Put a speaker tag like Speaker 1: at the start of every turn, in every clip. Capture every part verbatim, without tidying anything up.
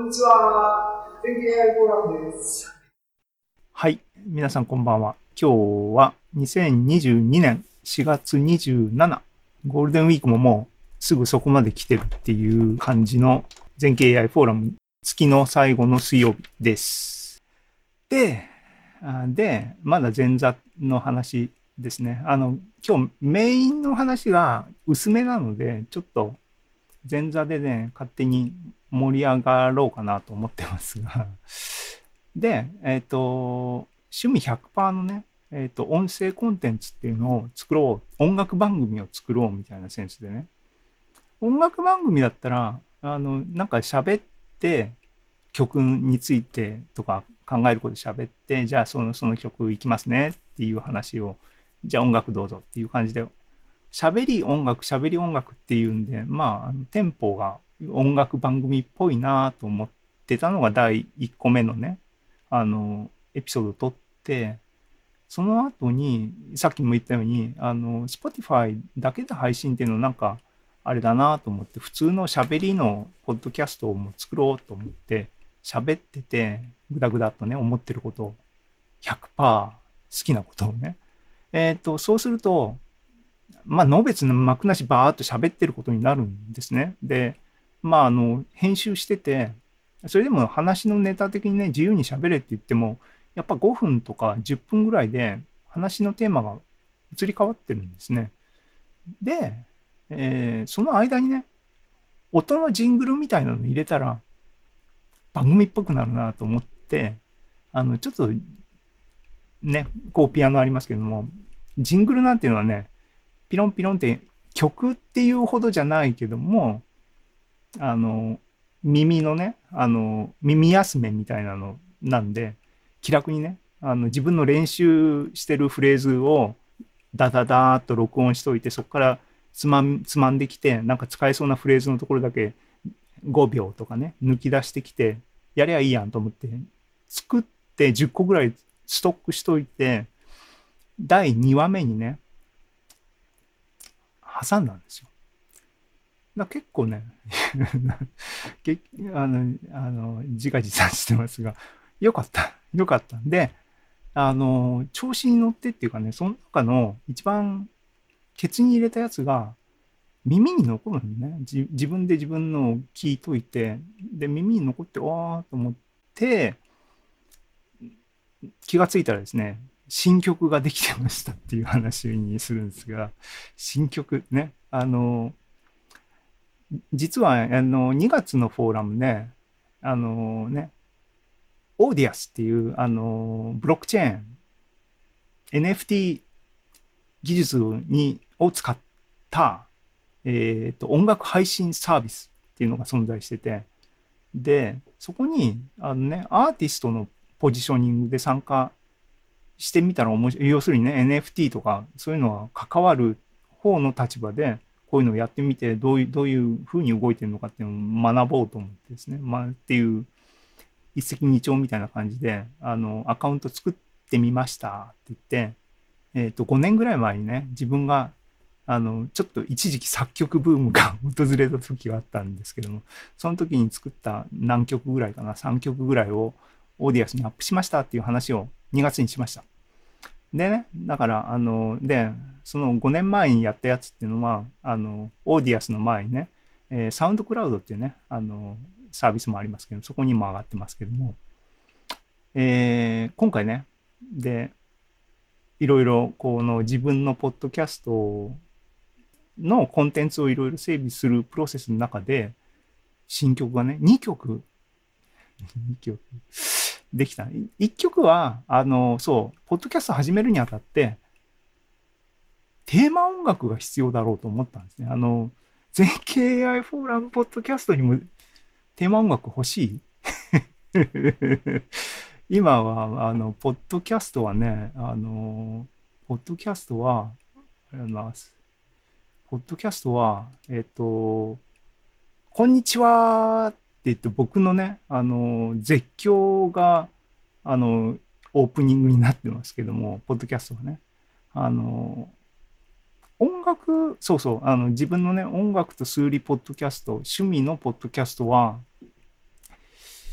Speaker 1: にちは。全景 エーアイ フォーラムです。
Speaker 2: はい、皆さんこんばんは。今日はにせんにじゅうにねんしがつにじゅうしちにち、ゴールデンウィークももうすぐそこまで来てるっていう感じの全景 エーアイ フォーラム月の最後の水曜日です。で、あで、まだ前座の話ですね。あの、今日メインの話が薄めなので、ちょっと前座でね、勝手に盛り上がろうかなと思ってますが。で、えっ、と、趣味ひゃくパーセントのね、えっ、と、音声コンテンツっていうのを作ろう、音楽番組を作ろうみたいなセンスでね。音楽番組だったら、あの、なんか喋って、曲についてとか考えること喋って、じゃあその、その曲いきますねっていう話を、じゃあ音楽どうぞっていう感じで、喋り音楽、喋り音楽っていうんで、まあ、テンポが音楽番組っぽいなと思ってたのがだいいっこめのね、あの、エピソードを撮って、その後に、さっきも言ったように、あの、Spotify だけで配信っていうのなんか、あれだなと思って、普通の喋りのポッドキャストをも作ろうと思って、喋ってて、ぐだぐだっとね、思ってることを、ひゃくパーセント好きなことをね。えっ、と、そうすると、まあ、のべつ幕なしバーっと喋ってることになるんですね。で、まあ、あの、編集してて、それでも話のネタ的にね、自由に喋れって言っても、やっぱごふんとかじゅっぷんぐらいで話のテーマが移り変わってるんですね。で、えーその間にね、音のジングルみたいなの入れたら番組っぽくなるなと思って、あの、ちょっとね、こうピアノありますけども、ジングルなんていうのはね、ピロンピロンって曲っていうほどじゃないけども、あの、耳のね、あの、耳休めみたいなのなんで、気楽にね、あの、自分の練習してるフレーズをダダダーっと録音しといて、そこからつまんつまんできて、なんか使えそうなフレーズのところだけごびょうとかね、抜き出してきて、やりゃいいやんと思って、作ってじゅっこぐらいストックしといて、だいにわめにね、挟んだんですよ。だ結構ねあの、あの、自画自賛してますが、よかった。よかったんで、あの、調子に乗ってっていうかね、その中の一番ケツに入れたやつが耳に残るんね。じ自分で自分のを聞いといて、で、耳に残って、わーと思って、気がついたらですね、新曲ができてましたっていう話にするんですが、新曲ね、あの、実は、あの、にがつのフォーラムね、あのね、オーディアスっていう、あの、ブロックチェーン、エヌエフティー 技術に、を使った、えっ、と、音楽配信サービスっていうのが存在してて、で、そこに、あのね、アーティストのポジショニングで参加してみたら面白い。要するにね、エヌエフティー とか、そういうのは関わる方の立場で、こういうのをやってみて、どういう、どういう風に動いてるのかっていうのを学ぼうと思ってですね。まあ、っていう一石二鳥みたいな感じで、あの、アカウント作ってみましたって言って、えっ、と、ごねんぐらい前にね、自分が、あの、ちょっと一時期作曲ブームが訪れた時があったんですけども、その時に作った何曲ぐらいかな、さんきょくぐらいをオーディアスにアップしましたっていう話をにがつにしました。でね、だから、あの、で、そのごねんまえにやったやつっていうのは、あの、オーディアスの前にね、えーサウンドクラウドっていうね、あの、サービスもありますけど、そこにも上がってますけども、えー今回ね、で、いろいろ、この自分のポッドキャストのコンテンツをいろいろ整備するプロセスの中で、新曲がね、にきょく、にきょくできた。いっきょくは、あの、そう、ポッドキャスト始めるにあたって、テーマ音楽が必要だろうと思ったんですね。あの、全景 エーアイ フォーラムポッドキャストにもテーマ音楽欲しい今は、あの、ポッドキャストはね、あの、ポッドキャストは、ありがとうございます。ポッドキャストは、えっと、こんにちはって言って僕のね、あの、絶叫が、あの、オープニングになってますけども、ポッドキャストはね。あの、音楽、そうそう、あの、自分のね、音楽と数理ポッドキャスト、趣味のポッドキャストは、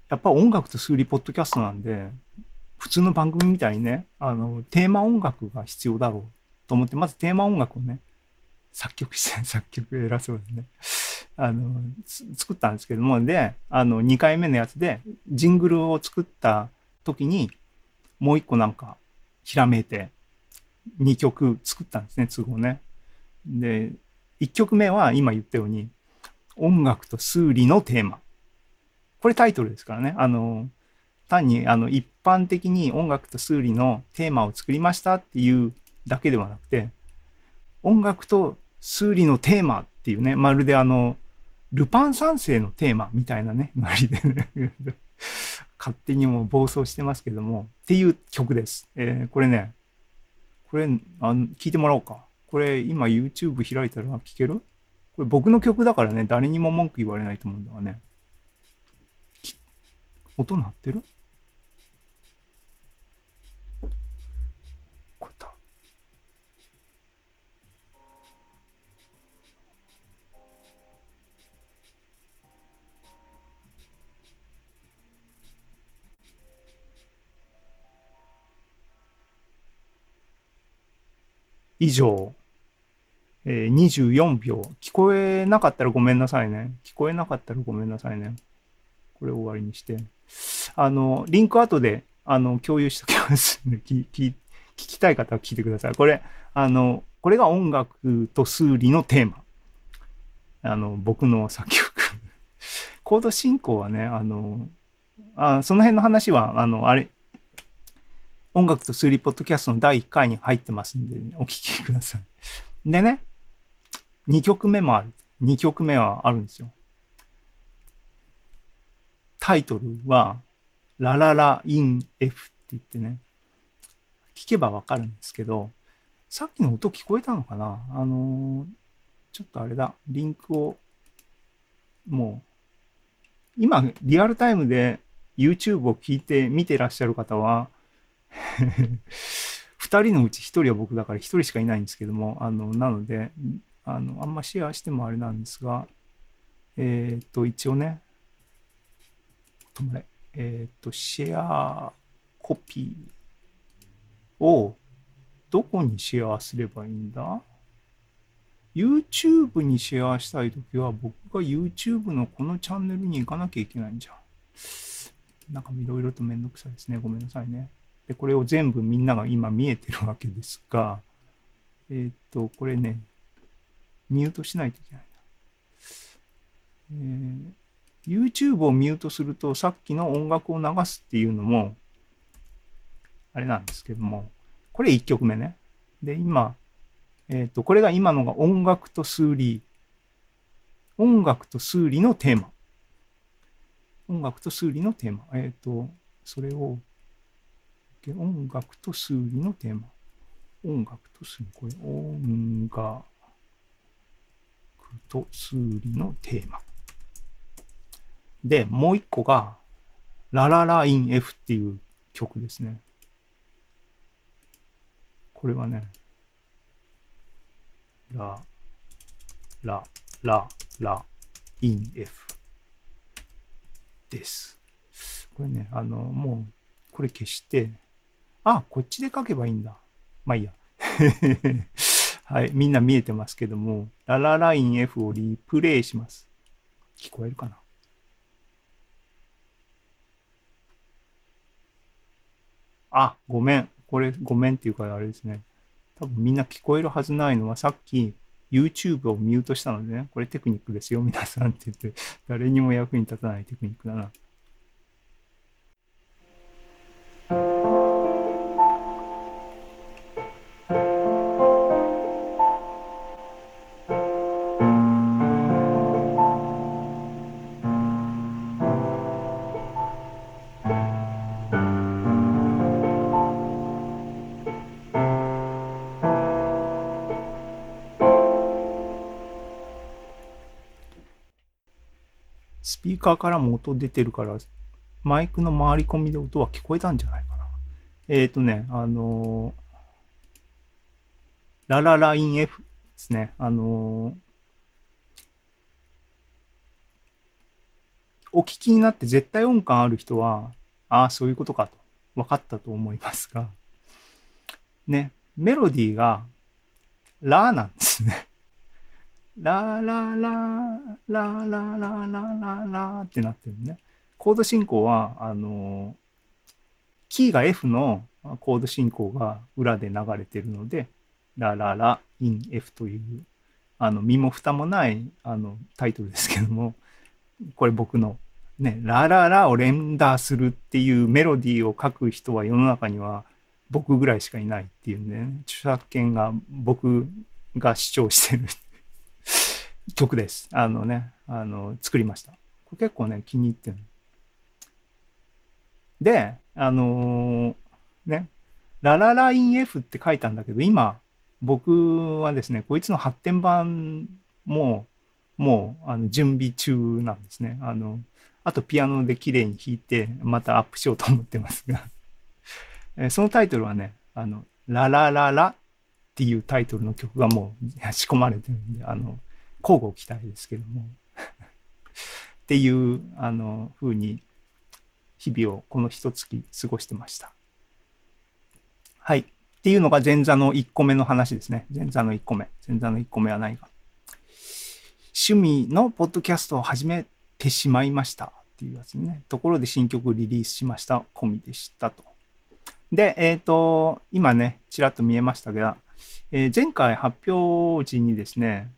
Speaker 2: やっぱ音楽と数理ポッドキャストなんで、普通の番組みたいにね、あの、テーマ音楽が必要だろうと思って、まずテーマ音楽をね、作曲して、作曲偉そうですね。あの、作ったんですけども、で、あの、にかいめのやつで、ジングルを作った時に、もう一個なんか、ひらめいて、にきょく作ったんですね、都合ね。で、いっきょくめは今言ったように、音楽と数理のテーマ。これタイトルですからね。あの、単にあの一般的に音楽と数理のテーマを作りましたっていうだけではなくて、音楽と数理のテーマっていうね、まるであの、ルパン三世のテーマみたいなね、ノリでね、勝手にもう暴走してますけども、っていう曲です。えー、これね、これあの、聞いてもらおうか。これ今 YouTube 開いたら聞ける？これ僕の曲だからね、誰にも文句言われないと思うんだがね。音鳴ってる？これだ。以上、えー、にじゅうよんびょう。聞こえなかったらごめんなさいね。聞こえなかったらごめんなさいね。これを終わりにして。あの、リンク後で、あの、共有しておきますので、聞聞聞きたい方は聞いてください。これ、あの、これが音楽と数理のテーマ。あの、僕の作曲。コード進行はね、あの、あその辺の話は、あの、あれ、音楽と数理ポッドキャストのだいいっかいに入ってますんで、お聞きください。でね、にきょくめもある。にきょくめはあるんですよ。タイトルは、ララライン F って言ってね、聞けばわかるんですけど、さっきの音聞こえたのかな？あのー、ちょっとあれだ、リンクを、もう、今、リアルタイムで YouTube を聞いて見てらっしゃる方は、二人のうち一人は僕だから一人しかいないんですけども、あの、なので、あの、あんまシェアしてもあれなんですが、えーっと、一応ね、止まれ。えーっと、シェアコピーをどこにシェアすればいいんだ？ YouTube にシェアしたいときは僕が YouTube のこのチャンネルに行かなきゃいけないんじゃん。なんかいろいろとめんどくさいですね。ごめんなさいね。で、これを全部みんなが今見えてるわけですが、えーっと、これね、ミュートしないといけないな。えー、YouTube をミュートするとさっきの音楽を流すっていうのも、あれなんですけども、これいっきょくめね。で、今、えっと、これが今のが音楽と数理。音楽と数理のテーマ。音楽と数理のテーマ。えっと、それを、音楽と数理のテーマ。音楽と数理。これ、音楽と数理のテーマ。で、もう一個が、ララライン F っていう曲ですね。これはね、ラ、ラ、ラ、ラ、イン F です。これね、あの、もう、これ消して、あ、こっちで書けばいいんだ。まあいいや。はい、みんな見えてますけども、ララライン F をリプレイします。聞こえるかな？あ、ごめん。これ、ごめんっていうかあれですね。多分みんな聞こえるはずないのはさっき YouTube をミュートしたのでね、これテクニックですよ、皆さんって言って、誰にも役に立たないテクニックだな。スピーカーからも音出てるから、マイクの回り込みで音は聞こえたんじゃないかな。えっ、ー、とね、あのー、ララライン F ですね。あのー、 お聞きになって絶対音感ある人は、ああ、そういうことかと分かったと思いますが、ね、メロディーがラなんですね。ラララララララララってなってるね。コード進行は、あの、キーが F のコード進行が裏で流れてるので、ララライン F という、あの、身も蓋もないあのタイトルですけども、これ僕のね、ラララを連打するっていうメロディーを書く人は世の中には僕ぐらいしかいないっていうね、著作権が僕が主張してる曲です。あのね、あの、作りました。これ結構ね、気に入ってる。で、あのーね、ララライン F って書いたんだけど、今、僕はですね、こいつの発展版も、もう、あの、準備中なんですね。あの、あとピアノで綺麗に弾いて、またアップしようと思ってますが、えそのタイトルはね、あの、ララララっていうタイトルの曲がもう仕込まれてるんで、あの、交互期待ですけども、っていう、あの、風に、日々をこの一月過ごしてました。はい。っていうのが前座のいっこめの話ですね。前座のいっこめ。前座のいっこめはないが。趣味のポッドキャストを始めてしまいましたっていうやつね。ところで新曲リリースしました込みでしたと。で、えっ、ー、と、今ね、ちらっと見えましたが、えー、前回発表時にですね、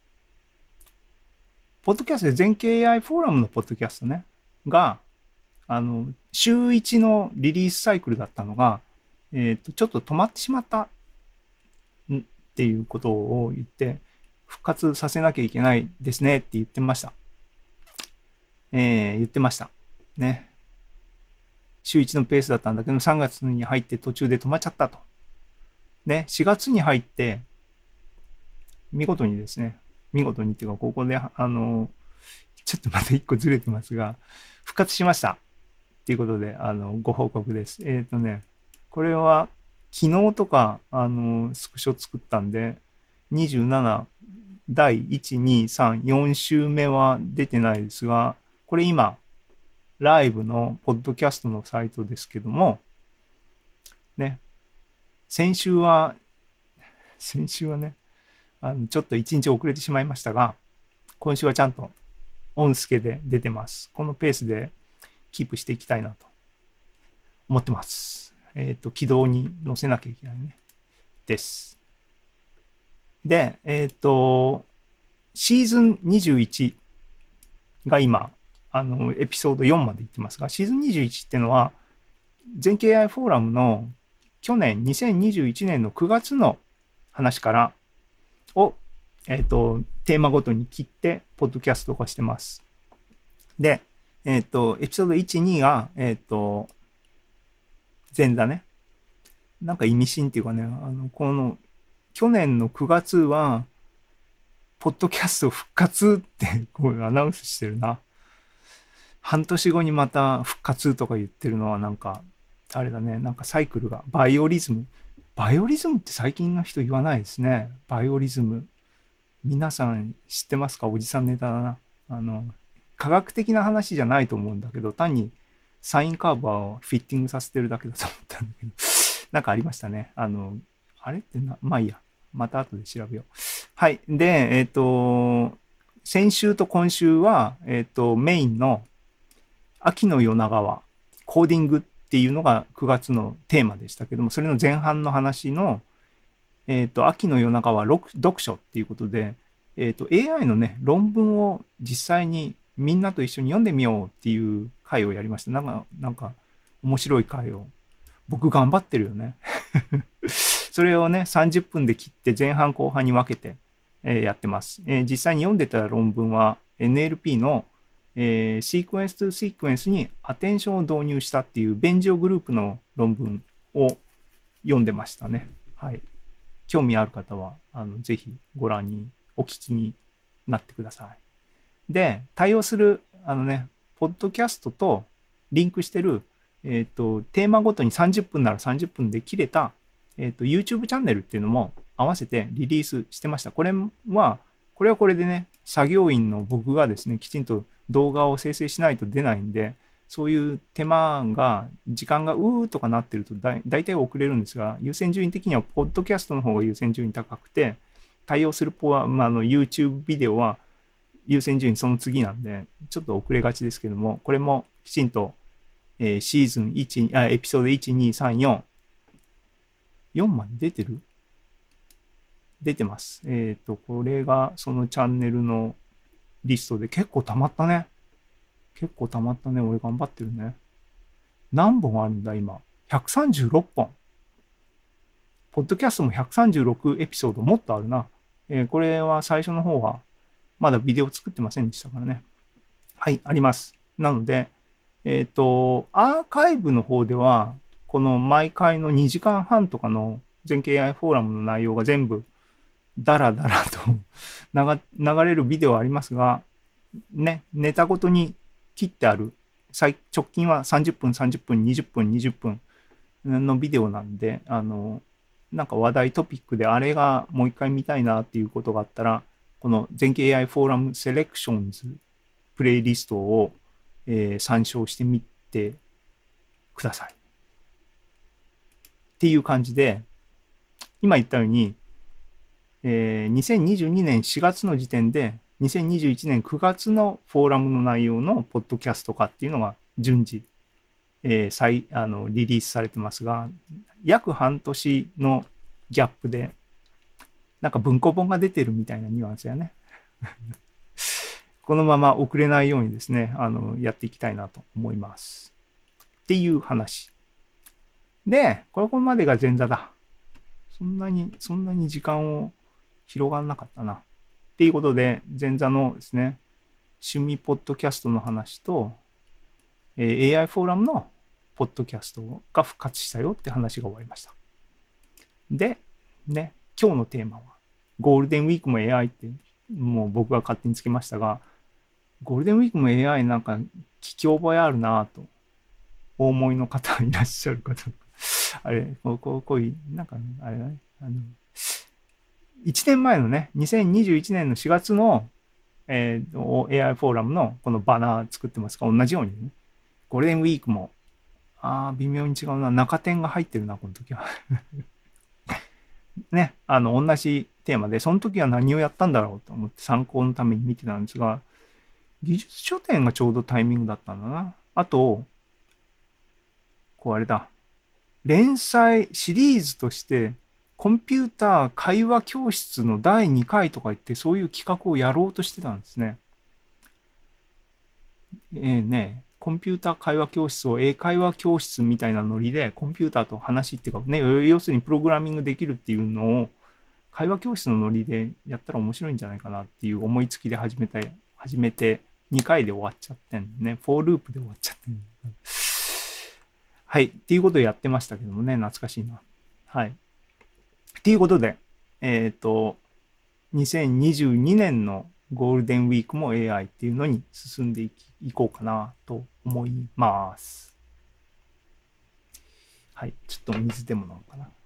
Speaker 2: ポッドキャストで全景 エーアイ フォーラムのポッドキャストね、が、あの、週いちのリリースサイクルだったのが、えっ、ー、と、ちょっと止まってしまったっていうことを言って、復活させなきゃいけないですねって言ってました。えー、言ってました。ね。週いちのペースだったんだけど、さんがつに入って途中で止まっちゃったと。ね、しがつに入って、見事にですね、見事にっていうか、ここで、あの、ちょっとまた一個ずれてますが、復活しました。っていうことで、あの、ご報告です。えっ、ー、とね、これは、昨日とか、あの、スクショ作ったんで、にじゅうなな、だいいち、に、さん、よん週目は出てないですが、これ今、ライブのポッドキャストのサイトですけども、ね、先週は、先週はね、あのちょっと一日遅れてしまいましたが、今週はちゃんと音助で出てます。このペースでキープしていきたいなと思ってます。えっ、ー、と、軌道に乗せなきゃいけないね。です。で、えっ、ー、と、シーズンにじゅういちが今、あの、エピソードよんまでいってますが、シーズンにじゅういちっていうのは、全景 エーアイ フォーラムの去年、にせんにじゅういちねんのくがつの話からを、えっ、ー、と、テーマごとに切って、ポッドキャスト化してます。で、えっ、ー、と、エピソードいち、にが、えっ、ー、と、前座ね。なんか意味深っていうかね、あの、この、去年のくがつは、ポッドキャスト復活ってこうアナウンスしてるな。半年後にまた復活とか言ってるのはなんか、あれだね、なんかサイクルが、バイオリズム。バイオリズムって最近の人言わないですね。バイオリズム。皆さん知ってますか？おじさんネタだな。あの、科学的な話じゃないと思うんだけど、単にサインカーバーをフィッティングさせてるだけだと思ったんだけど、なんかありましたね。あの、あれってな、まあいいや。また後で調べよう。はい。で、えっ、ー、と、先週と今週は、えっ、ー、と、メインの秋の夜長はコーディングっていうのがくがつのテーマでしたけども、それの前半の話の、えっ、ー、と、秋の夜長は読書っていうことで、えっ、と、エーアイ のね、論文を実際にみんなと一緒に読んでみようっていう回をやりました。なんか、なんか、面白い回を。僕頑張ってるよね。それをね、さんじゅっぷんで切って前半後半に分けて、えー、やってます、えー。実際に読んでた論文は エヌエルピー の、えー、シークエンス2シークエンスにアテンションを導入したっていうベンジオグループの論文を読んでましたね。はい。興味ある方は、あの、ぜひご覧に、お聞きになってください。で、対応する、あのね、ポッドキャストとリンクしてる、えっと、テーマごとにさんじゅっぷんならさんじゅっぷんで切れた、えっと、YouTube チャンネルっていうのも合わせてリリースしてました。これは、ここれはこれでね、作業員の僕がですね、きちんと動画を生成しないと出ないんで、そういう手間が、時間がうーとかなってるとだい大体遅れるんですが、優先順位的には、ポッドキャストの方が優先順位高くて、対応するポは、まあ、あの YouTube ビデオは優先順位その次なんで、ちょっと遅れがちですけども、これもきちんと、えーシーズンいち、あ、エピソードいち、に、さん、よん、よんまで出てる出てます。えっと、これがそのチャンネルのリストで結構溜まったね。結構溜まったね。俺頑張ってるね。何本あるんだ、今。ひゃくさんじゅうろっぽん。ポッドキャストもひゃくさんじゅうろくエピソードもっとあるな。えーこれは最初の方は、まだビデオ作ってませんでしたからね。はい、あります。なので、えっと、アーカイブの方では、この毎回のにじかんはんとかの全景 エーアイ フォーラムの内容が全部ダラダラと流流れるビデオはありますが、ね、ネタごとに切ってある、最直近はさんじゅっぷん、さんじゅっぷん、にじゅっぷん、にじゅっぷんのビデオなんで、あの、なんか話題トピックであれがもう一回見たいなっていうことがあったら、この全景 エーアイ フォーラムセレクションズプレイリストを、えー参照してみてください。っていう感じで、今言ったように、えーにせんにじゅうにねんしがつの時点で、にせんにじゅういちねんくがつのフォーラムの内容のポッドキャスト化っていうのが順次、えー再あのリリースされてますが、約半年のギャップで、なんか文庫本が出てるみたいなニュアンスやね。このまま遅れないようにですね、あの、やっていきたいなと思います。っていう話。で、これここまでが前座だ。そんなに、そんなに時間を広がんなかったな。っていうことで、前座のですね、趣味ポッドキャストの話と、えー エーアイ フォーラムのポッドキャストが復活したよって話が終わりました。で、ね、今日のテーマは、ゴールデンウィークも エーアイ って、もう僕が勝手につけましたが、ゴールデンウィークも エーアイ なんか聞き覚えあるなぁと、お思いの方いらっしゃる方。あれ、こう、こう、こういう、なんか、あれね、あの、いちねんまえのね、にせんにじゅういちねんのしがつの、えー、エーアイ フォーラムのこのバナー作ってますが、同じようにね、ゴールデンウィークも、ああ、微妙に違うな。中点が入ってるな、この時は。ね、あの、同じテーマで、その時は何をやったんだろうと思って参考のために見てたんですが、技術書店がちょうどタイミングだったんだな。あと、こうあれだ。連載シリーズとして、コンピューター会話教室のだいにかいとか言って、そういう企画をやろうとしてたんですね。えー、ね、コンピューター会話教室を英会話教室みたいなノリで、コンピューターと話っていうかね、要するにプログラミングできるっていうのを、会話教室のノリでやったら面白いんじゃないかなっていう思いつきで始めた、始めてにかいで終わっちゃってんね。フォーループで終わっちゃってん。はい。っていうことをやってましたけどもね、懐かしいな。はい。っていうことで、えっと、にせんにじゅうにねんのゴールデンウィークも エーアイ っていうのに進んでいきいこうかなと思います。はい。ちょっと水でも飲むかな。